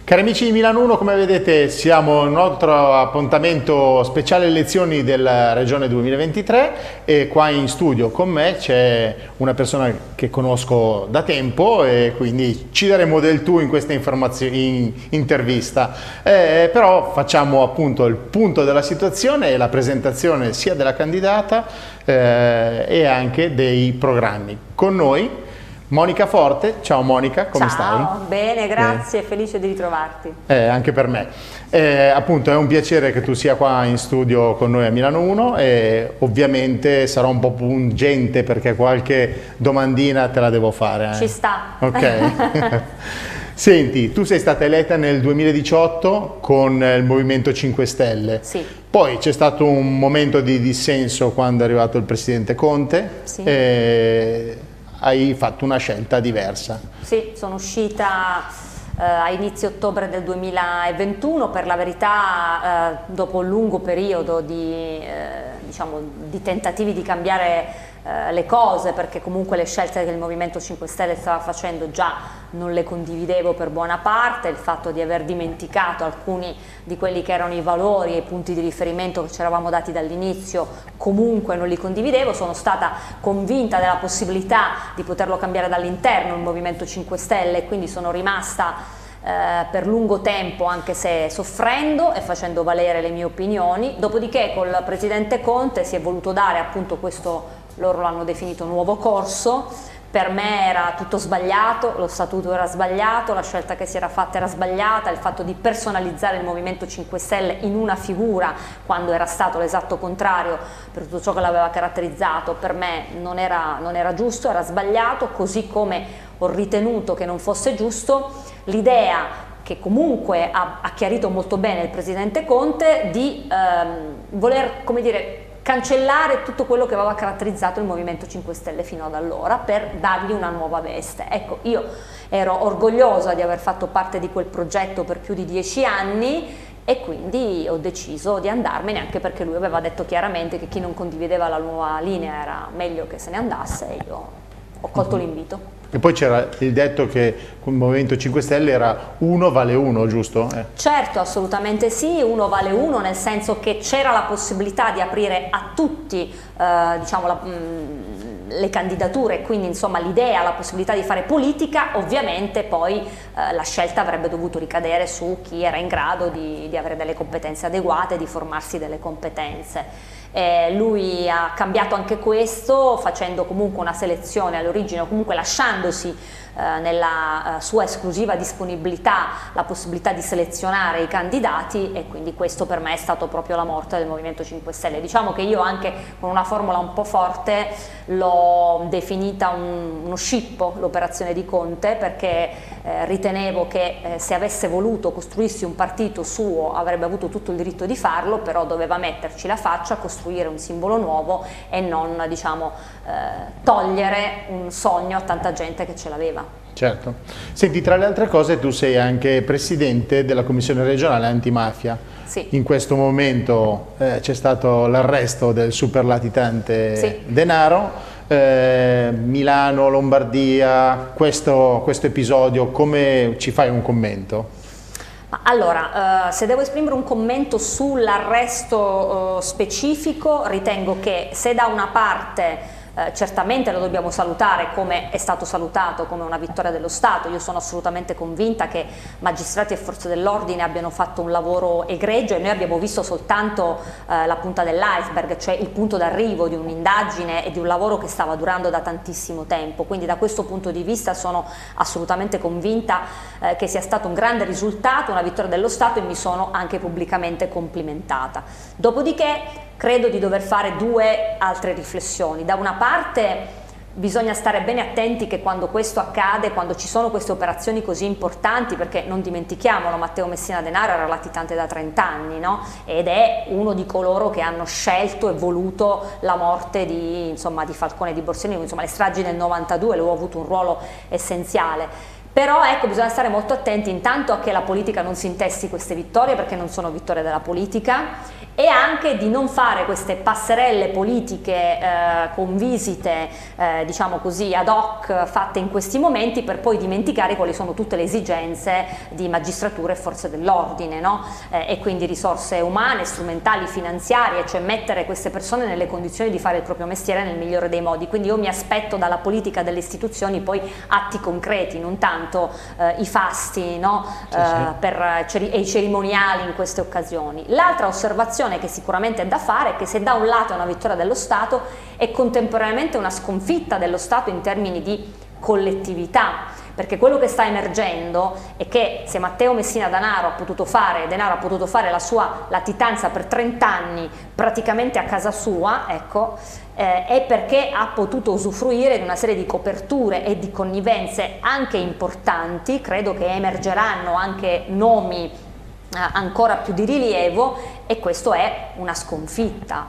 Cari amici di Milano 1, come vedete siamo in un altro appuntamento speciale elezioni della Regione 2023 e qua in studio con me c'è una persona che conosco da tempo e quindi ci daremo del tu in questa intervista. Però facciamo appunto il punto della situazione e la presentazione sia della candidata e anche dei programmi. Con noi Monica Forte. Ciao Monica, come stai? Ciao, bene, grazie, felice di ritrovarti. Anche per me. Appunto è un piacere che tu sia qua in studio con noi a Milano 1 e ovviamente sarò un po' pungente perché qualche domandina te la devo fare. Ci sta. Ok. Senti, tu sei stata eletta nel 2018 con il Movimento 5 Stelle. Sì. Poi c'è stato un momento di dissenso quando è arrivato il Presidente Conte. Sì. Hai fatto una scelta diversa. Sì, sono uscita a inizio ottobre del 2021, per la verità dopo un lungo periodo di tentativi di cambiare le cose, perché comunque le scelte che il Movimento 5 Stelle stava facendo già non le condividevo per buona parte, il fatto di aver dimenticato alcuni di quelli che erano i valori e i punti di riferimento che ci eravamo dati dall'inizio comunque non li condividevo. Sono stata convinta della possibilità di poterlo cambiare dall'interno il Movimento 5 Stelle e quindi sono rimasta per lungo tempo, anche se soffrendo e facendo valere le mie opinioni. Dopodiché col Presidente Conte si è voluto dare appunto questo, loro l'hanno definito nuovo corso. Per me era tutto sbagliato, lo statuto era sbagliato, la scelta che si era fatta era sbagliata, il fatto di personalizzare il Movimento 5 Stelle in una figura quando era stato l'esatto contrario per tutto ciò che l'aveva caratterizzato, per me non era giusto, era sbagliato, così come ho ritenuto che non fosse giusto l'idea che comunque ha chiarito molto bene il Presidente Conte di voler, come dire, cancellare tutto quello che aveva caratterizzato il Movimento 5 Stelle fino ad allora per dargli una nuova veste. Ecco, io ero orgogliosa di aver fatto parte di quel progetto per più di 10 anni e quindi ho deciso di andarmene, anche perché lui aveva detto chiaramente che chi non condivideva la nuova linea era meglio che se ne andasse e io ho colto l'invito. E poi c'era il detto che il Movimento 5 Stelle era uno vale uno, giusto? Certo, assolutamente sì, uno vale uno, nel senso che c'era la possibilità di aprire a tutti le candidature, quindi insomma l'idea, la possibilità di fare politica. Ovviamente poi la scelta avrebbe dovuto ricadere su chi era in grado di avere delle competenze adeguate, di formarsi delle competenze. Lui ha cambiato anche questo, facendo comunque una selezione all'origine, o comunque lasciandosi nella sua esclusiva disponibilità la possibilità di selezionare i candidati, e quindi questo per me è stato proprio la morte del Movimento 5 Stelle. Diciamo che io anche con una formula un po' forte l'ho definita uno scippo l'operazione di Conte, perché ritenevo che se avesse voluto costruirsi un partito suo avrebbe avuto tutto il diritto di farlo, però doveva metterci la faccia, costruire un simbolo nuovo e non togliere un sogno a tanta gente che ce l'aveva. Certo. Senti, tra le altre cose tu sei anche presidente della Commissione regionale antimafia. Sì. In questo momento c'è stato l'arresto del super latitante denaro. Milano, Lombardia, questo episodio, come ci fai un commento? Allora, se devo esprimere un commento sull'arresto specifico, ritengo che se da una parte certamente lo dobbiamo salutare, come è stato salutato, come una vittoria dello Stato. Io sono assolutamente convinta che magistrati e forze dell'ordine abbiano fatto un lavoro egregio e noi abbiamo visto soltanto la punta dell'iceberg, cioè il punto d'arrivo di un'indagine e di un lavoro che stava durando da tantissimo tempo. Quindi da questo punto di vista sono assolutamente convinta che sia stato un grande risultato, una vittoria dello Stato, e mi sono anche pubblicamente complimentata. Dopodiché credo di dover fare due altre riflessioni. Da una parte bisogna stare bene attenti che quando questo accade, quando ci sono queste operazioni così importanti, perché non dimentichiamolo, Matteo Messina Denaro era latitante da 30 anni, no? Ed è uno di coloro che hanno scelto e voluto la morte di Falcone e di Borsellino, insomma le stragi del 92, lui ha avuto un ruolo essenziale. Però ecco, bisogna stare molto attenti intanto a che la politica non si intesti queste vittorie, perché non sono vittorie della politica, e anche di non fare queste passerelle politiche con visite diciamo così ad hoc fatte in questi momenti per poi dimenticare quali sono tutte le esigenze di magistratura e forze dell'ordine, no? E quindi risorse umane, strumentali, finanziarie, cioè mettere queste persone nelle condizioni di fare il proprio mestiere nel migliore dei modi. Quindi io mi aspetto dalla politica, delle istituzioni poi atti concreti, non tanto i fasti, no? E i cerimoniali in queste occasioni. L'altra osservazione che sicuramente è da fare è che se da un lato è una vittoria dello Stato, è contemporaneamente una sconfitta dello Stato in termini di collettività, perché quello che sta emergendo è che se Matteo Messina Denaro ha potuto fare la sua latitanza per 30 anni praticamente a casa sua, ecco, è perché ha potuto usufruire di una serie di coperture e di connivenze anche importanti. Credo che emergeranno anche nomi ancora più di rilievo, e questo è una sconfitta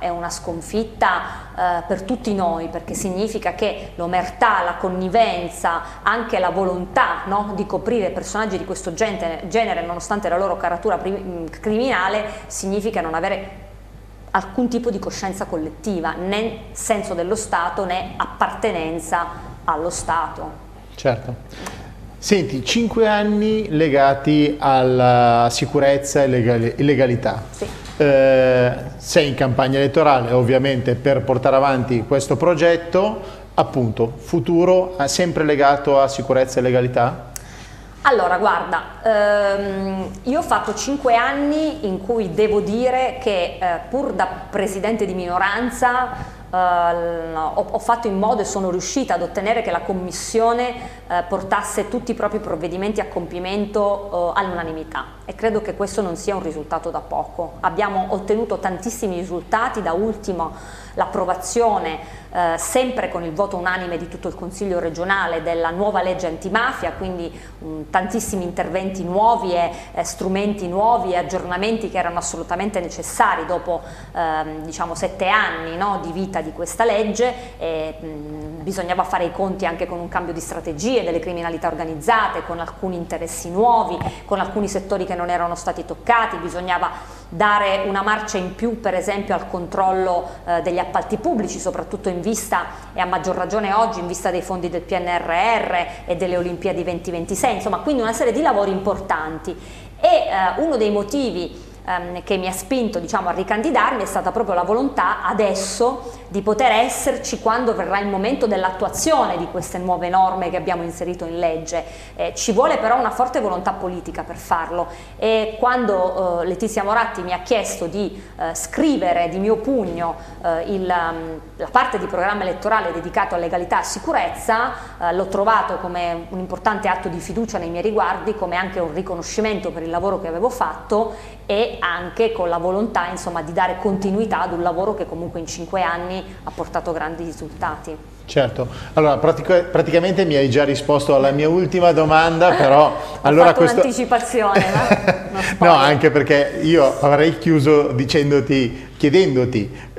per tutti noi, perché significa che l'omertà, la connivenza, anche la volontà, no, di coprire personaggi di questo genere nonostante la loro caratura criminale, significa non avere alcun tipo di coscienza collettiva, né senso dello Stato né appartenenza allo Stato. Certo. Senti, 5 anni legati alla sicurezza e legalità. Sì. Sei in campagna elettorale ovviamente per portare avanti questo progetto, appunto, futuro sempre legato a sicurezza e legalità? Allora, guarda, io ho fatto 5 anni in cui devo dire che pur da presidente di minoranza ho fatto in modo e sono riuscita ad ottenere che la Commissione portasse tutti i propri provvedimenti a compimento all'unanimità, e credo che questo non sia un risultato da poco. Abbiamo ottenuto tantissimi risultati, da ultimo l'approvazione sempre con il voto unanime di tutto il Consiglio regionale della nuova legge antimafia, quindi tantissimi interventi nuovi e strumenti nuovi e aggiornamenti che erano assolutamente necessari dopo diciamo 7 anni, no, di vita di questa legge. Bisognava fare i conti anche con un cambio di strategie delle criminalità organizzate, con alcuni interessi nuovi, con alcuni settori che non erano stati toccati. Bisognava dare una marcia in più, per esempio, al controllo degli appalti pubblici, soprattutto in vista, e a maggior ragione oggi, in vista dei fondi del PNRR e delle Olimpiadi 2026, insomma, quindi una serie di lavori importanti. E uno dei motivi che mi ha spinto, diciamo, a ricandidarmi è stata proprio la volontà adesso di poter esserci quando verrà il momento dell'attuazione di queste nuove norme che abbiamo inserito in legge. Ci vuole però una forte volontà politica per farlo, e quando Letizia Moratti mi ha chiesto di scrivere di mio pugno la parte di programma elettorale dedicato a legalità e sicurezza, l'ho trovato come un importante atto di fiducia nei miei riguardi, come anche un riconoscimento per il lavoro che avevo fatto, e anche con la volontà, insomma, di dare continuità ad un lavoro che comunque in 5 anni ha portato grandi risultati. Certo, allora praticamente mi hai già risposto alla mia ultima domanda, però allora fatto un'anticipazione, no, anche perché io avrei chiuso chiedendoti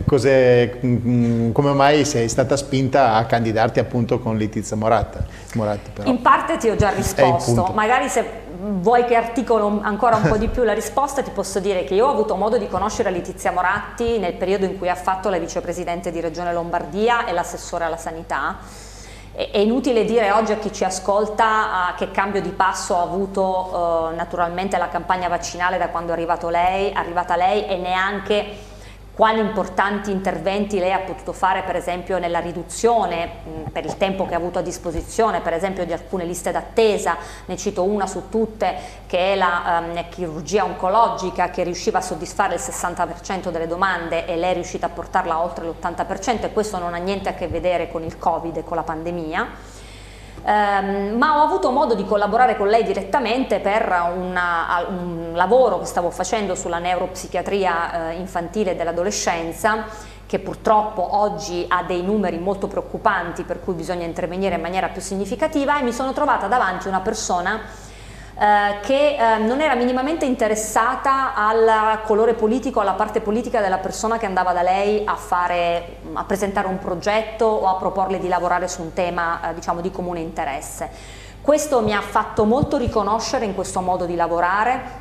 come mai sei stata spinta a candidarti appunto con Letizia Moratti. Però. In parte ti ho già risposto, magari se vuoi che articolo ancora un po' di più la risposta, ti posso dire che io ho avuto modo di conoscere Letizia Moratti nel periodo in cui ha fatto la vicepresidente di Regione Lombardia e l'assessore alla sanità. È inutile dire oggi a chi ci ascolta che cambio di passo ha avuto naturalmente la campagna vaccinale da quando è arrivata lei, e neanche quali importanti interventi lei ha potuto fare, per esempio nella riduzione per il tempo che ha avuto a disposizione, per esempio di alcune liste d'attesa. Ne cito una su tutte, che è la chirurgia oncologica, che riusciva a soddisfare il 60% delle domande e lei è riuscita a portarla oltre l'80%, e questo non ha niente a che vedere con il Covid e con la pandemia. Ma ho avuto modo di collaborare con lei direttamente per un lavoro che stavo facendo sulla neuropsichiatria infantile e dell'adolescenza, che purtroppo oggi ha dei numeri molto preoccupanti, per cui bisogna intervenire in maniera più significativa, e mi sono trovata davanti una persona che non era minimamente interessata al colore politico, alla parte politica della persona che andava da lei a presentare un progetto o a proporle di lavorare su un tema diciamo di comune interesse. Questo mi ha fatto molto riconoscere in questo modo di lavorare,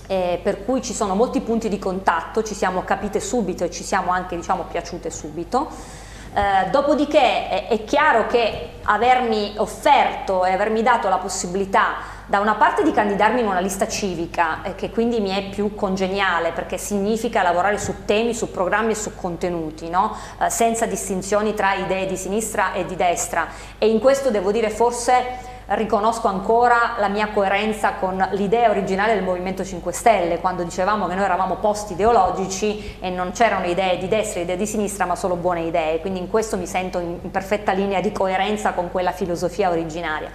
per cui ci sono molti punti di contatto, ci siamo capite subito e ci siamo anche, diciamo, piaciute subito. Dopodiché è chiaro che avermi offerto e avermi dato la possibilità da una parte di candidarmi in una lista civica, che quindi mi è più congeniale perché significa lavorare su temi, su programmi e su contenuti, no? Senza distinzioni tra idee di sinistra e di destra, e in questo devo dire forse riconosco ancora la mia coerenza con l'idea originale del Movimento 5 Stelle, quando dicevamo che noi eravamo post ideologici e non c'erano idee di destra e idee di sinistra ma solo buone idee, quindi in questo mi sento in perfetta linea di coerenza con quella filosofia originaria.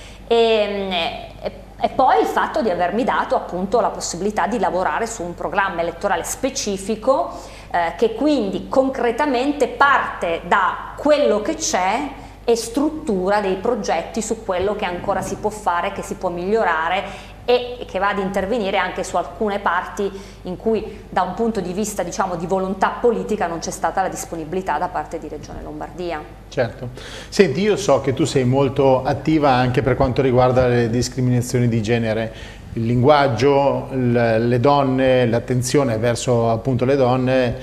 E poi il fatto di avermi dato appunto la possibilità di lavorare su un programma elettorale specifico che quindi concretamente parte da quello che c'è e struttura dei progetti su quello che ancora si può fare, che si può migliorare e che va ad intervenire anche su alcune parti in cui da un punto di vista, diciamo, di volontà politica non c'è stata la disponibilità da parte di Regione Lombardia. Certo. Senti, io so che tu sei molto attiva anche per quanto riguarda le discriminazioni di genere, il linguaggio, le donne, l'attenzione verso appunto le donne,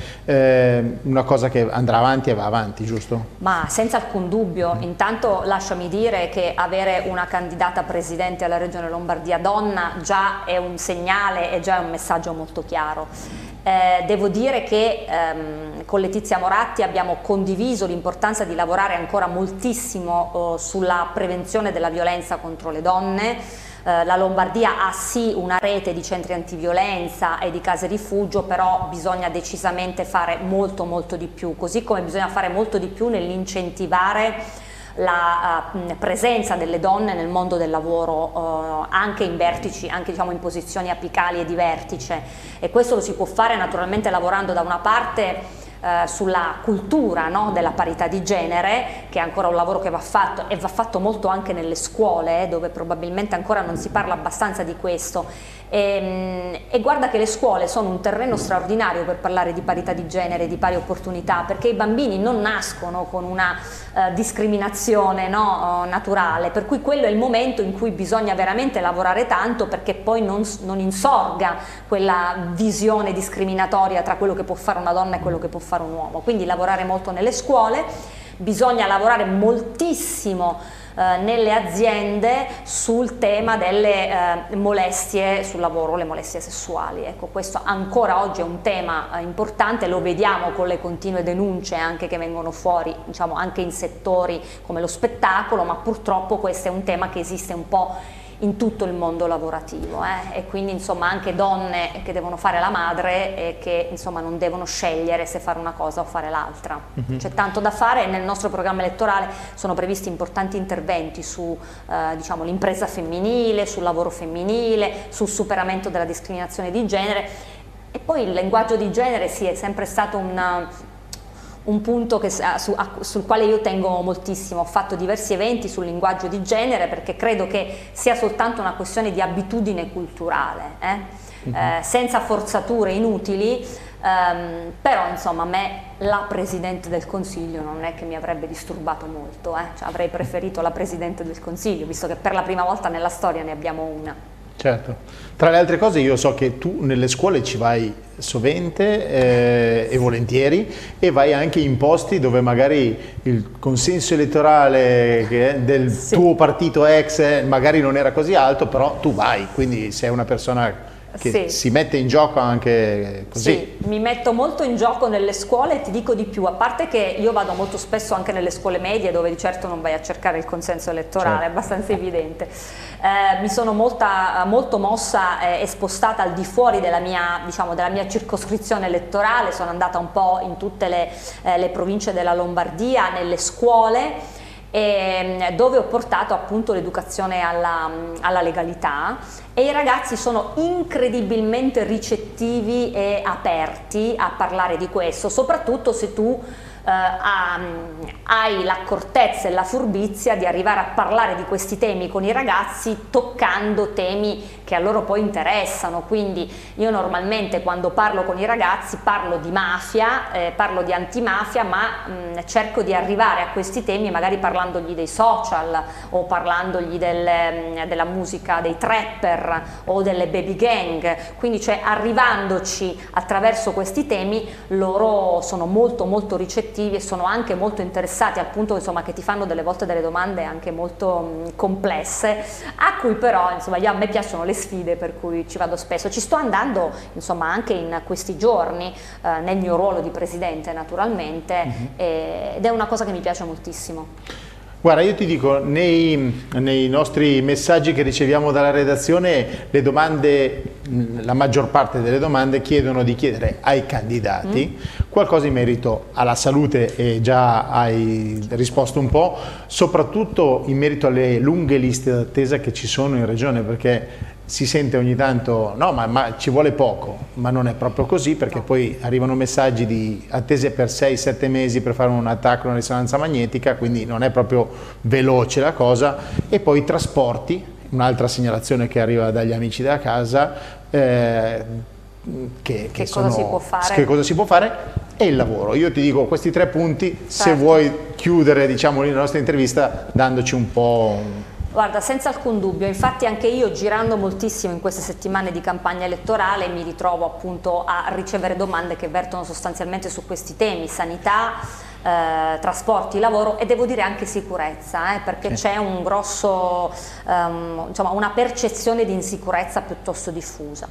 una cosa che andrà avanti e va avanti, giusto? Ma senza alcun dubbio. Intanto lasciami dire che avere una candidata presidente alla Regione Lombardia donna già è un segnale e già è un messaggio molto chiaro. Devo dire che con Letizia Moratti abbiamo condiviso l'importanza di lavorare ancora moltissimo sulla prevenzione della violenza contro le donne. La Lombardia ha sì una rete di centri antiviolenza e di case rifugio, però bisogna decisamente fare molto di più, così come bisogna fare molto di più nell'incentivare la presenza delle donne nel mondo del lavoro, anche in vertici, anche diciamo in posizioni apicali e di vertice, e questo lo si può fare naturalmente lavorando da una parte sulla cultura, no, della parità di genere, che è ancora un lavoro che va fatto e va fatto molto anche nelle scuole, dove probabilmente ancora non si parla abbastanza di questo. E guarda che le scuole sono un terreno straordinario per parlare di parità di genere, di pari opportunità, perché i bambini non nascono con una discriminazione, no, naturale, per cui quello è il momento in cui bisogna veramente lavorare tanto perché poi non insorga quella visione discriminatoria tra quello che può fare una donna e quello che può fare un uomo. Quindi lavorare molto nelle scuole, bisogna lavorare moltissimo nelle aziende sul tema delle molestie sul lavoro, le molestie sessuali. Ecco, questo ancora oggi è un tema importante, lo vediamo con le continue denunce anche che vengono fuori, diciamo, anche in settori come lo spettacolo, ma purtroppo questo è un tema che esiste un po' in tutto il mondo lavorativo, e quindi insomma anche donne che devono fare la madre e che insomma non devono scegliere se fare una cosa o fare l'altra. C'è tanto da fare e nel nostro programma elettorale sono previsti importanti interventi su diciamo, l'impresa femminile, sul lavoro femminile, sul superamento della discriminazione di genere, e poi il linguaggio di genere sì, è sempre stato un punto sul quale io tengo moltissimo. Ho fatto diversi eventi sul linguaggio di genere perché credo che sia soltanto una questione di abitudine culturale, senza forzature inutili, però insomma a me la Presidente del Consiglio non è che mi avrebbe disturbato molto, cioè, avrei preferito la Presidente del Consiglio, visto che per la prima volta nella storia ne abbiamo una. Certo, tra le altre cose io so che tu nelle scuole ci vai sovente e volentieri, e vai anche in posti dove magari il consenso elettorale del tuo partito ex magari non era così alto, però tu vai, quindi sei una persona che si mette in gioco anche così. Sì, mi metto molto in gioco nelle scuole e ti dico di più, a parte che io vado molto spesso anche nelle scuole medie dove di certo non vai a cercare il consenso elettorale, è abbastanza evidente. Mi sono molto mossa e spostata al di fuori della mia, diciamo, della mia circoscrizione elettorale, sono andata un po' in tutte le province della Lombardia, nelle scuole, dove ho portato appunto l'educazione alla legalità, e i ragazzi sono incredibilmente ricettivi e aperti a parlare di questo, soprattutto se tu hai l'accortezza e la furbizia di arrivare a parlare di questi temi con i ragazzi, toccando temi che a loro poi interessano. Quindi io normalmente quando parlo con i ragazzi parlo di mafia, parlo di antimafia, ma cerco di arrivare a questi temi magari parlando parlandogli dei social o parlandogli della musica dei trapper o delle baby gang, quindi cioè arrivandoci attraverso questi temi loro sono molto molto ricettivi e sono anche molto interessati, al punto insomma che ti fanno delle volte delle domande anche molto complesse, a cui però insomma a me piacciono le sfide, per cui ci vado spesso, ci sto andando insomma anche in questi giorni nel mio ruolo di presidente naturalmente, ed è una cosa che mi piace moltissimo. Guarda, io ti dico, nei nostri messaggi che riceviamo dalla redazione, le domande, la maggior parte delle domande chiedono di chiedere ai candidati qualcosa in merito alla salute, e già hai risposto un po', soprattutto in merito alle lunghe liste d'attesa che ci sono in regione, perché si sente ogni tanto, no, ma ci vuole poco, ma non è proprio così, perché poi arrivano messaggi di attese per 6-7 mesi per fare un attacco, una risonanza magnetica, quindi non è proprio veloce la cosa. E poi i trasporti, un'altra segnalazione che arriva dagli amici della casa, che cosa si può fare? Che cosa si può fare, e il lavoro. Io ti dico questi 3 punti, certo. Se vuoi chiudere diciamo la nostra intervista dandoci un po'... Guarda, senza alcun dubbio, infatti anche io girando moltissimo in queste settimane di campagna elettorale mi ritrovo appunto a ricevere domande che vertono sostanzialmente su questi temi: sanità, trasporti, lavoro e devo dire anche sicurezza, perché c'è un grosso, insomma, una percezione di insicurezza piuttosto diffusa.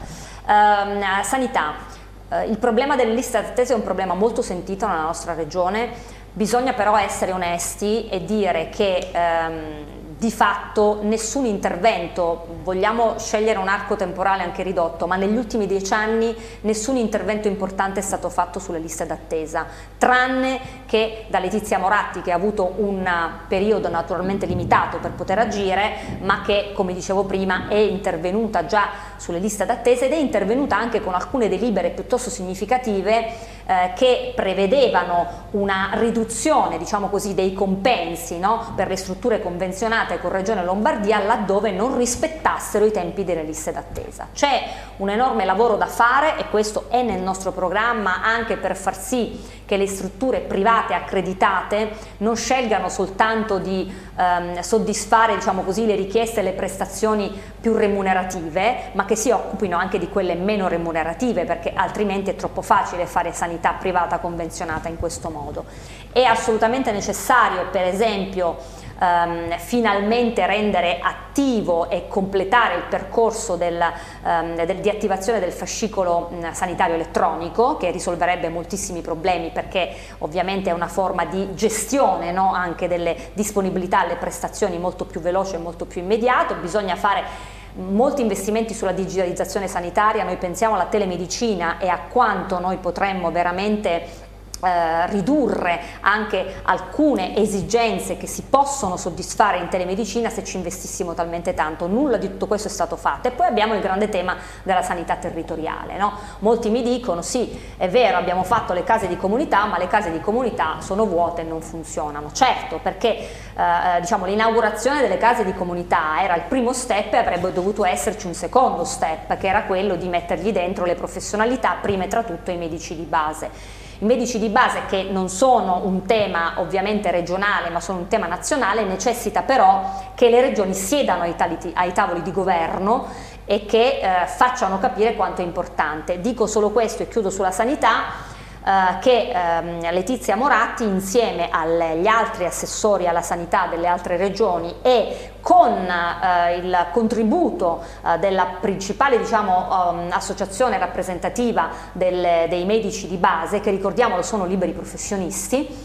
Sanità, il problema delle liste d'attesa è un problema molto sentito nella nostra regione, bisogna però essere onesti e dire che di fatto nessun intervento, vogliamo scegliere un arco temporale anche ridotto, ma negli ultimi 10 anni nessun intervento importante è stato fatto sulle liste d'attesa, tranne che da Letizia Moratti, che ha avuto un periodo naturalmente limitato per poter agire, ma che, come dicevo prima, è intervenuta già sulle liste d'attesa ed è intervenuta anche con alcune delibere piuttosto significative che prevedevano una riduzione, diciamo così, dei compensi, no, per le strutture convenzionate con Regione Lombardia laddove non rispettassero i tempi delle liste d'attesa. C'è un enorme lavoro da fare e questo è nel nostro programma, anche per far sì che le strutture private accreditate non scelgano soltanto di soddisfare, diciamo così, le richieste e le prestazioni più remunerative, ma che si occupino anche di quelle meno remunerative, perché altrimenti è troppo facile fare sanità privata convenzionata in questo modo. È assolutamente necessario, per esempio, finalmente rendere attivo e completare il percorso di attivazione del fascicolo sanitario elettronico, che risolverebbe moltissimi problemi, perché ovviamente è una forma di gestione, no, anche delle disponibilità alle prestazioni molto più veloce e molto più immediato. Bisogna fare molti investimenti sulla digitalizzazione sanitaria, noi pensiamo alla telemedicina e a quanto noi potremmo veramente ridurre anche alcune esigenze che si possono soddisfare in telemedicina se ci investissimo talmente tanto. Nulla di tutto questo è stato fatto. E poi abbiamo il grande tema della sanità territoriale, no? Molti mi dicono sì, è vero, abbiamo fatto le case di comunità, ma le case di comunità sono vuote e non funzionano. Certo, perché diciamo, l'inaugurazione delle case di comunità era il primo step e avrebbe dovuto esserci un secondo step, che era quello di mettergli dentro le professionalità, prima e tra tutto i medici di base. I medici di base, che non sono un tema ovviamente regionale ma sono un tema nazionale, necessita però che le regioni siedano ai tavoli di governo e che facciano capire quanto è importante. Dico solo questo e chiudo sulla sanità, che Letizia Moratti, insieme agli altri assessori alla sanità delle altre regioni e con il contributo della principale, diciamo, associazione rappresentativa dei medici di base, che ricordiamolo sono liberi professionisti,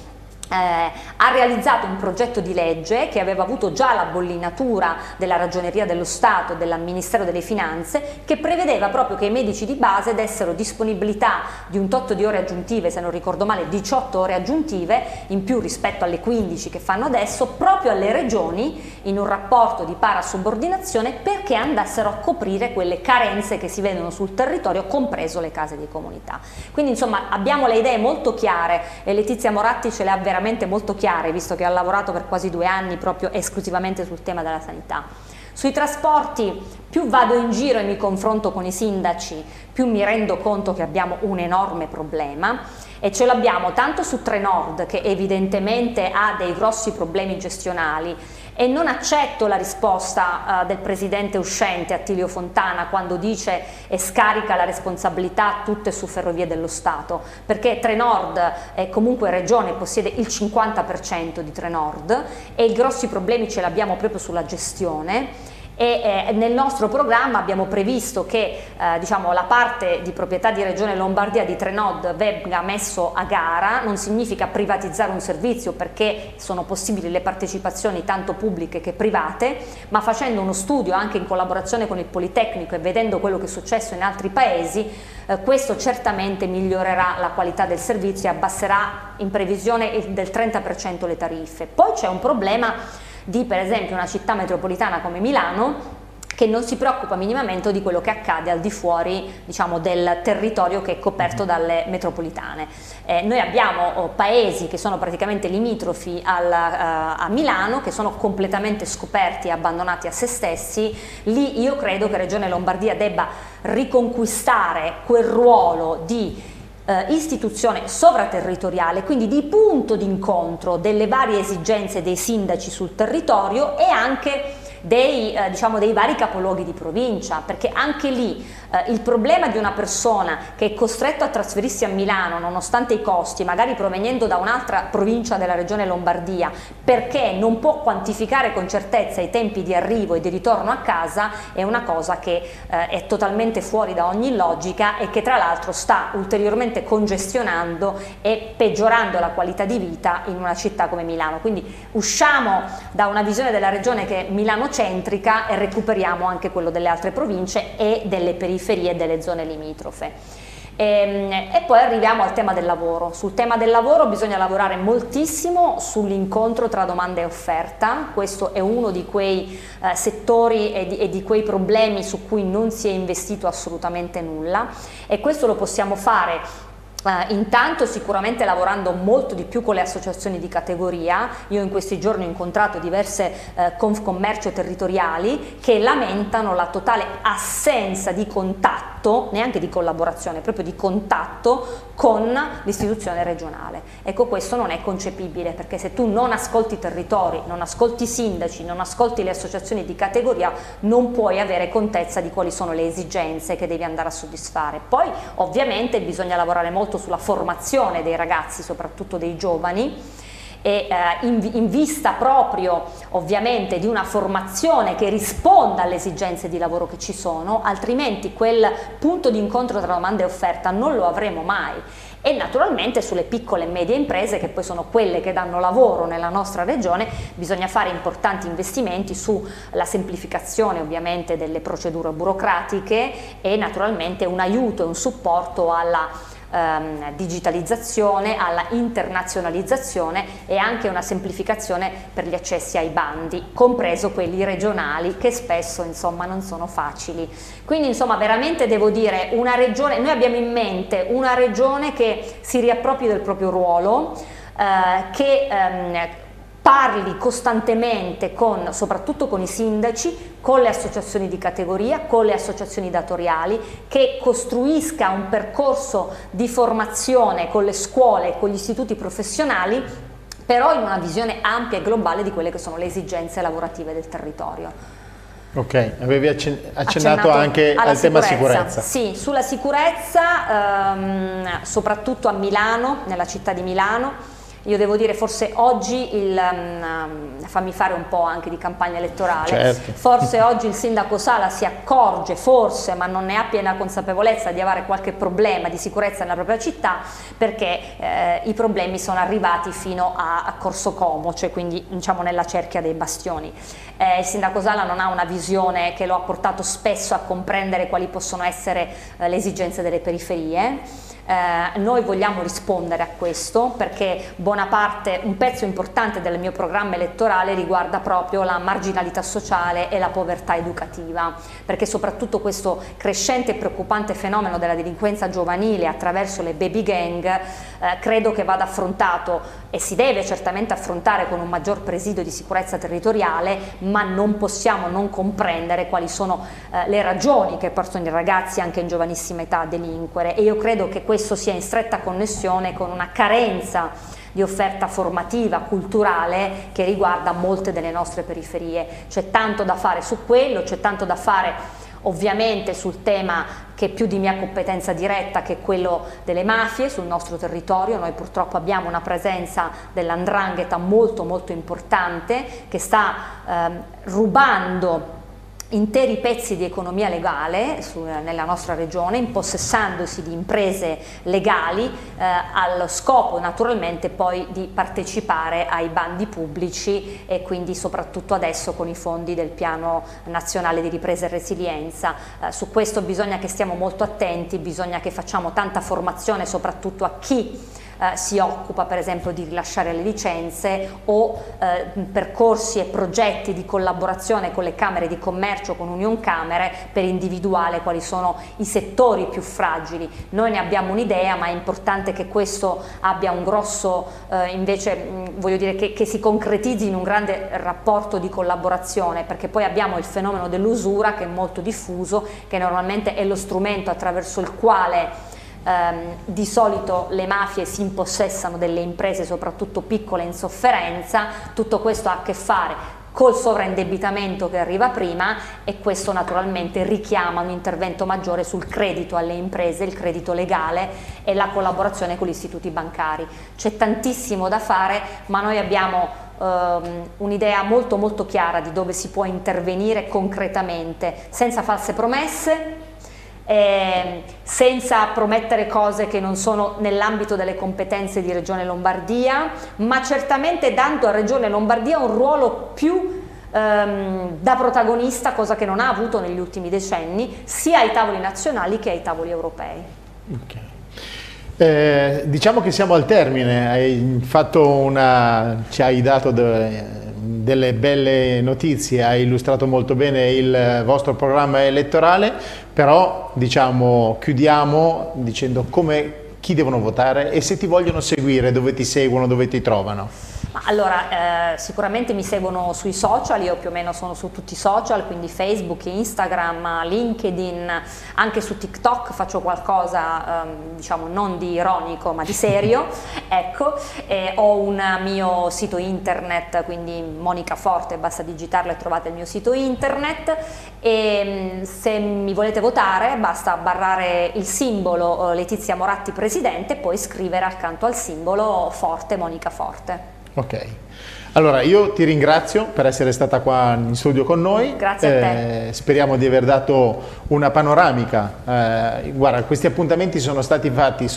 ha realizzato un progetto di legge che aveva avuto già la bollinatura della Ragioneria dello Stato e del Ministero delle Finanze, che prevedeva proprio che i medici di base dessero disponibilità di un tot di ore aggiuntive, se non ricordo male 18 ore aggiuntive in più rispetto alle 15 che fanno adesso, proprio alle regioni in un rapporto di parasubordinazione, perché andassero a coprire quelle carenze che si vedono sul territorio, compreso le case di comunità. Quindi insomma abbiamo le idee molto chiare e Letizia Moratti ce le ha veramente molto chiare, visto che ha lavorato per quasi 2 anni proprio esclusivamente sul tema della sanità. Sui trasporti, più vado in giro e mi confronto con i sindaci, più mi rendo conto che abbiamo un enorme problema e ce l'abbiamo tanto su Trenord, che evidentemente ha dei grossi problemi gestionali, e non accetto la risposta del presidente uscente Attilio Fontana quando dice e scarica la responsabilità tutte su Ferrovie dello Stato, perché Trenord è comunque regione, possiede il 50% di Trenord e i grossi problemi ce li abbiamo proprio sulla gestione. E nel nostro programma abbiamo previsto che diciamo, la parte di proprietà di Regione Lombardia di Trenord venga messo a gara. Non significa privatizzare un servizio, perché sono possibili le partecipazioni tanto pubbliche che private, ma facendo uno studio anche in collaborazione con il Politecnico e vedendo quello che è successo in altri paesi, questo certamente migliorerà la qualità del servizio e abbasserà in previsione del 30% le tariffe. Poi c'è un problema di, per esempio, una città metropolitana come Milano, che non si preoccupa minimamente di quello che accade al di fuori, diciamo, del territorio che è coperto dalle metropolitane. Noi abbiamo paesi che sono praticamente limitrofi a Milano, che sono completamente scoperti e abbandonati a se stessi. Lì io credo che Regione Lombardia debba riconquistare quel ruolo di istituzione sovraterritoriale, quindi di punto d'incontro delle varie esigenze dei sindaci sul territorio e anche diciamo, dei vari capoluoghi di provincia, perché anche lì il problema di una persona che è costretta a trasferirsi a Milano nonostante i costi, magari provenendo da un'altra provincia della regione Lombardia, perché non può quantificare con certezza i tempi di arrivo e di ritorno a casa, è una cosa che è totalmente fuori da ogni logica e che tra l'altro sta ulteriormente congestionando e peggiorando la qualità di vita in una città come Milano. Quindi usciamo da una visione della regione che è milanocentrica e recuperiamo anche quello delle altre province e delle periferie e delle zone limitrofe. E poi arriviamo al tema del lavoro. Sul tema del lavoro bisogna lavorare moltissimo sull'incontro tra domanda e offerta. Questo è uno di quei settori e di quei problemi su cui non si è investito assolutamente nulla, e questo lo possiamo fare intanto sicuramente lavorando molto di più con le associazioni di categoria. Io in questi giorni ho incontrato diverse Confcommercio territoriali che lamentano la totale assenza di contatto, neanche di collaborazione, proprio di contatto con l'istituzione regionale. Ecco, questo non è concepibile, perché se tu non ascolti i territori, non ascolti i sindaci, non ascolti le associazioni di categoria, non puoi avere contezza di quali sono le esigenze che devi andare a soddisfare. Poi ovviamente bisogna lavorare molto sulla formazione dei ragazzi, soprattutto dei giovani, e in vista proprio ovviamente di una formazione che risponda alle esigenze di lavoro che ci sono, altrimenti quel punto di incontro tra domanda e offerta non lo avremo mai. E naturalmente sulle piccole e medie imprese, che poi sono quelle che danno lavoro nella nostra regione, bisogna fare importanti investimenti sulla semplificazione ovviamente delle procedure burocratiche e naturalmente un aiuto e un supporto alla digitalizzazione, alla internazionalizzazione e anche una semplificazione per gli accessi ai bandi, compreso quelli regionali, che spesso insomma non sono facili. Quindi insomma veramente devo dire, una regione, noi abbiamo in mente una regione che si riappropri del proprio ruolo, che parli costantemente soprattutto con i sindaci, con le associazioni di categoria, con le associazioni datoriali, che costruisca un percorso di formazione con le scuole e con gli istituti professionali, però in una visione ampia e globale di quelle che sono le esigenze lavorative del territorio. Ok, avevi accennato anche al tema sicurezza. Sì, sulla sicurezza, soprattutto a Milano, nella città di Milano. Io devo dire, forse oggi, fammi fare un po' anche di campagna elettorale, certo. Forse oggi il sindaco Sala si accorge, forse, ma non ne ha piena consapevolezza, di avere qualche problema di sicurezza nella propria città, perché i problemi sono arrivati fino a Corso Como, cioè quindi diciamo nella cerchia dei bastioni. Il sindaco Sala non ha una visione che lo ha portato spesso a comprendere quali possono essere le esigenze delle periferie. Noi vogliamo rispondere a questo, perché buona parte, un pezzo importante del mio programma elettorale riguarda proprio la marginalità sociale e la povertà educativa, perché soprattutto questo crescente e preoccupante fenomeno della delinquenza giovanile attraverso le baby gang credo che vada affrontato e si deve certamente affrontare con un maggior presidio di sicurezza territoriale, ma non possiamo non comprendere quali sono le ragioni che portano i ragazzi anche in giovanissima età a delinquere, e io credo che questo sia in stretta connessione con una carenza di offerta formativa, culturale, che riguarda molte delle nostre periferie. C'è tanto da fare su quello, c'è tanto da fare ovviamente sul tema che è più di mia competenza diretta, che è quello delle mafie sul nostro territorio. Noi purtroppo abbiamo una presenza dell''ndrangheta molto molto importante, che sta rubando interi pezzi di economia legale nella nostra regione, impossessandosi di imprese legali, allo scopo naturalmente poi di partecipare ai bandi pubblici, e quindi soprattutto adesso con i fondi del Piano Nazionale di Ripresa e Resilienza. Su questo bisogna che stiamo molto attenti, bisogna che facciamo tanta formazione soprattutto a chi si occupa per esempio di rilasciare le licenze, o percorsi e progetti di collaborazione con le camere di commercio, con Union Camere, per individuare quali sono i settori più fragili. Noi ne abbiamo un'idea, ma è importante che questo abbia un grosso, voglio dire, che si concretizzi in un grande rapporto di collaborazione, perché poi abbiamo il fenomeno dell'usura, che è molto diffuso, che normalmente è lo strumento attraverso il quale di solito le mafie si impossessano delle imprese, soprattutto piccole, in sofferenza. Tutto questo ha a che fare col sovraindebitamento che arriva prima, e questo naturalmente richiama un intervento maggiore sul credito alle imprese, il credito legale e la collaborazione con gli istituti bancari. C'è tantissimo da fare, ma noi abbiamo un'idea molto molto chiara di dove si può intervenire concretamente, senza false promesse, senza promettere cose che non sono nell'ambito delle competenze di Regione Lombardia, ma certamente dando a Regione Lombardia un ruolo più da protagonista, cosa che non ha avuto negli ultimi decenni, sia ai tavoli nazionali che ai tavoli europei. Okay. Diciamo che siamo al termine, ci hai dato delle belle notizie, hai illustrato molto bene il vostro programma elettorale, però diciamo chiudiamo dicendo chi devono votare e se ti vogliono seguire, dove ti seguono, dove ti trovano. Allora, sicuramente mi seguono sui social, io più o meno sono su tutti i social, quindi Facebook, Instagram, LinkedIn, anche su TikTok faccio qualcosa, diciamo non di ironico ma di serio, ecco, ho un mio sito internet, quindi Monica Forte, basta digitarlo e trovate il mio sito internet, e se mi volete votare basta barrare il simbolo Letizia Moratti Presidente e poi scrivere accanto al simbolo Forte, Monica Forte. Ok, allora io ti ringrazio per essere stata qua in studio con noi. Grazie a te. Speriamo di aver dato una panoramica. Guarda, questi appuntamenti sono stati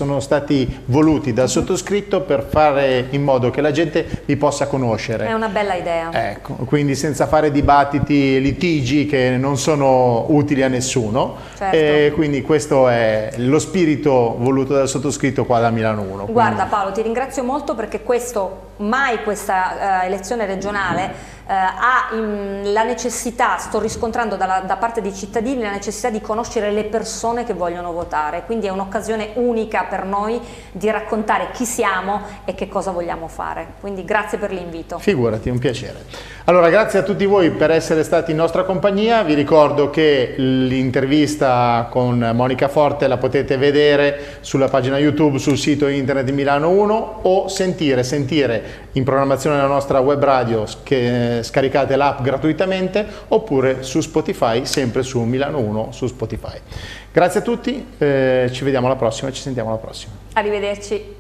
voluti dal sottoscritto per fare in modo che la gente vi possa conoscere. È una bella idea. Ecco, quindi senza fare dibattiti, litigi che non sono utili a nessuno. Certo. Quindi questo è lo spirito voluto dal sottoscritto qua da Milano 1. Guarda Paolo, ti ringrazio molto, perché mai questa elezione regionale ha la necessità, sto riscontrando da parte dei cittadini, la necessità di conoscere le persone che vogliono votare, quindi è un'occasione unica per noi di raccontare chi siamo e che cosa vogliamo fare, quindi grazie per l'invito. Figurati, è un piacere. Allora, grazie a tutti voi per essere stati in nostra compagnia, vi ricordo che l'intervista con Monica Forte la potete vedere sulla pagina YouTube, sul sito internet di Milano 1, o sentire in programmazione della nostra web radio, che scaricate l'app gratuitamente, oppure su Spotify, sempre su Milano 1 su Spotify. Grazie a tutti, ci vediamo alla prossima, ci sentiamo alla prossima. Arrivederci.